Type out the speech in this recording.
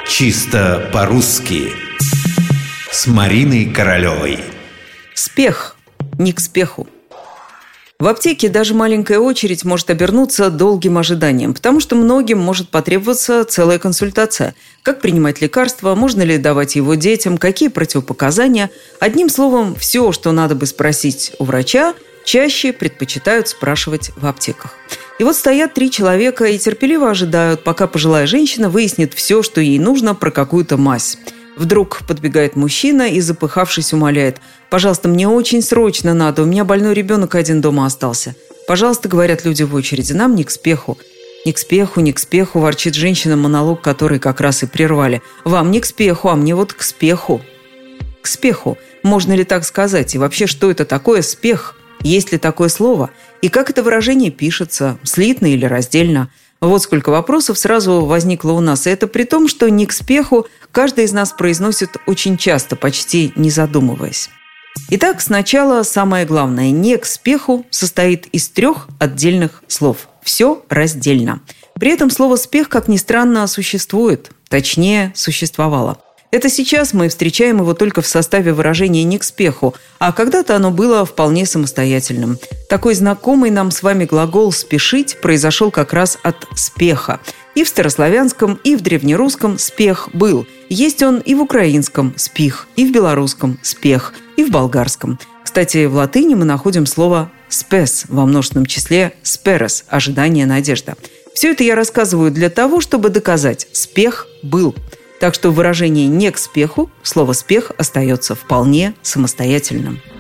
Чисто по-русски с Мариной Королевой. Спех, не к спеху. В аптеке даже маленькая очередь может обернуться долгим ожиданием, потому что многим может потребоваться целая консультация. Как принимать лекарства, можно ли давать его детям, какие противопоказания. Одним словом, все, что надо бы спросить у врача, чаще предпочитают спрашивать в аптеках. И вот стоят 3 человека и терпеливо ожидают, пока пожилая женщина выяснит все, что ей нужно про какую-то мазь. Вдруг подбегает мужчина и, запыхавшись, умоляет: «Пожалуйста, мне очень срочно надо, у меня больной ребенок один дома остался». «Пожалуйста», — говорят люди в очереди, — «нам не к спеху». «Не к спеху, не к спеху», — ворчит женщина, монолог который как раз и прервали. «Вам не к спеху, а мне вот к спеху». К спеху. Можно ли так сказать? И вообще, что это такое спех? Есть ли такое слово? И как это выражение пишется? Слитно или раздельно? Вот сколько вопросов сразу возникло у нас. И это при том, что «не к спеху» каждый из нас произносит очень часто, почти не задумываясь. Итак, сначала самое главное. «Не к спеху» состоит из 3 отдельных слов. Все раздельно. При этом слово «спех», как ни странно, существует. Точнее, существовало. Это сейчас мы встречаем его только в составе выражения «не к спеху», а когда-то оно было вполне самостоятельным. Такой знакомый нам с вами глагол «спешить» произошел как раз от спеха. И в старославянском, и в древнерусском спех был. Есть он и в украинском спих, и в белорусском спех, и в болгарском. Кстати, в латыни мы находим слово «спес» во множественном числе «сперес» – ожидание, надежда. Все это я рассказываю для того, чтобы доказать – спех был. Так что в выражении «не к спеху» слово «спех» остается вполне самостоятельным.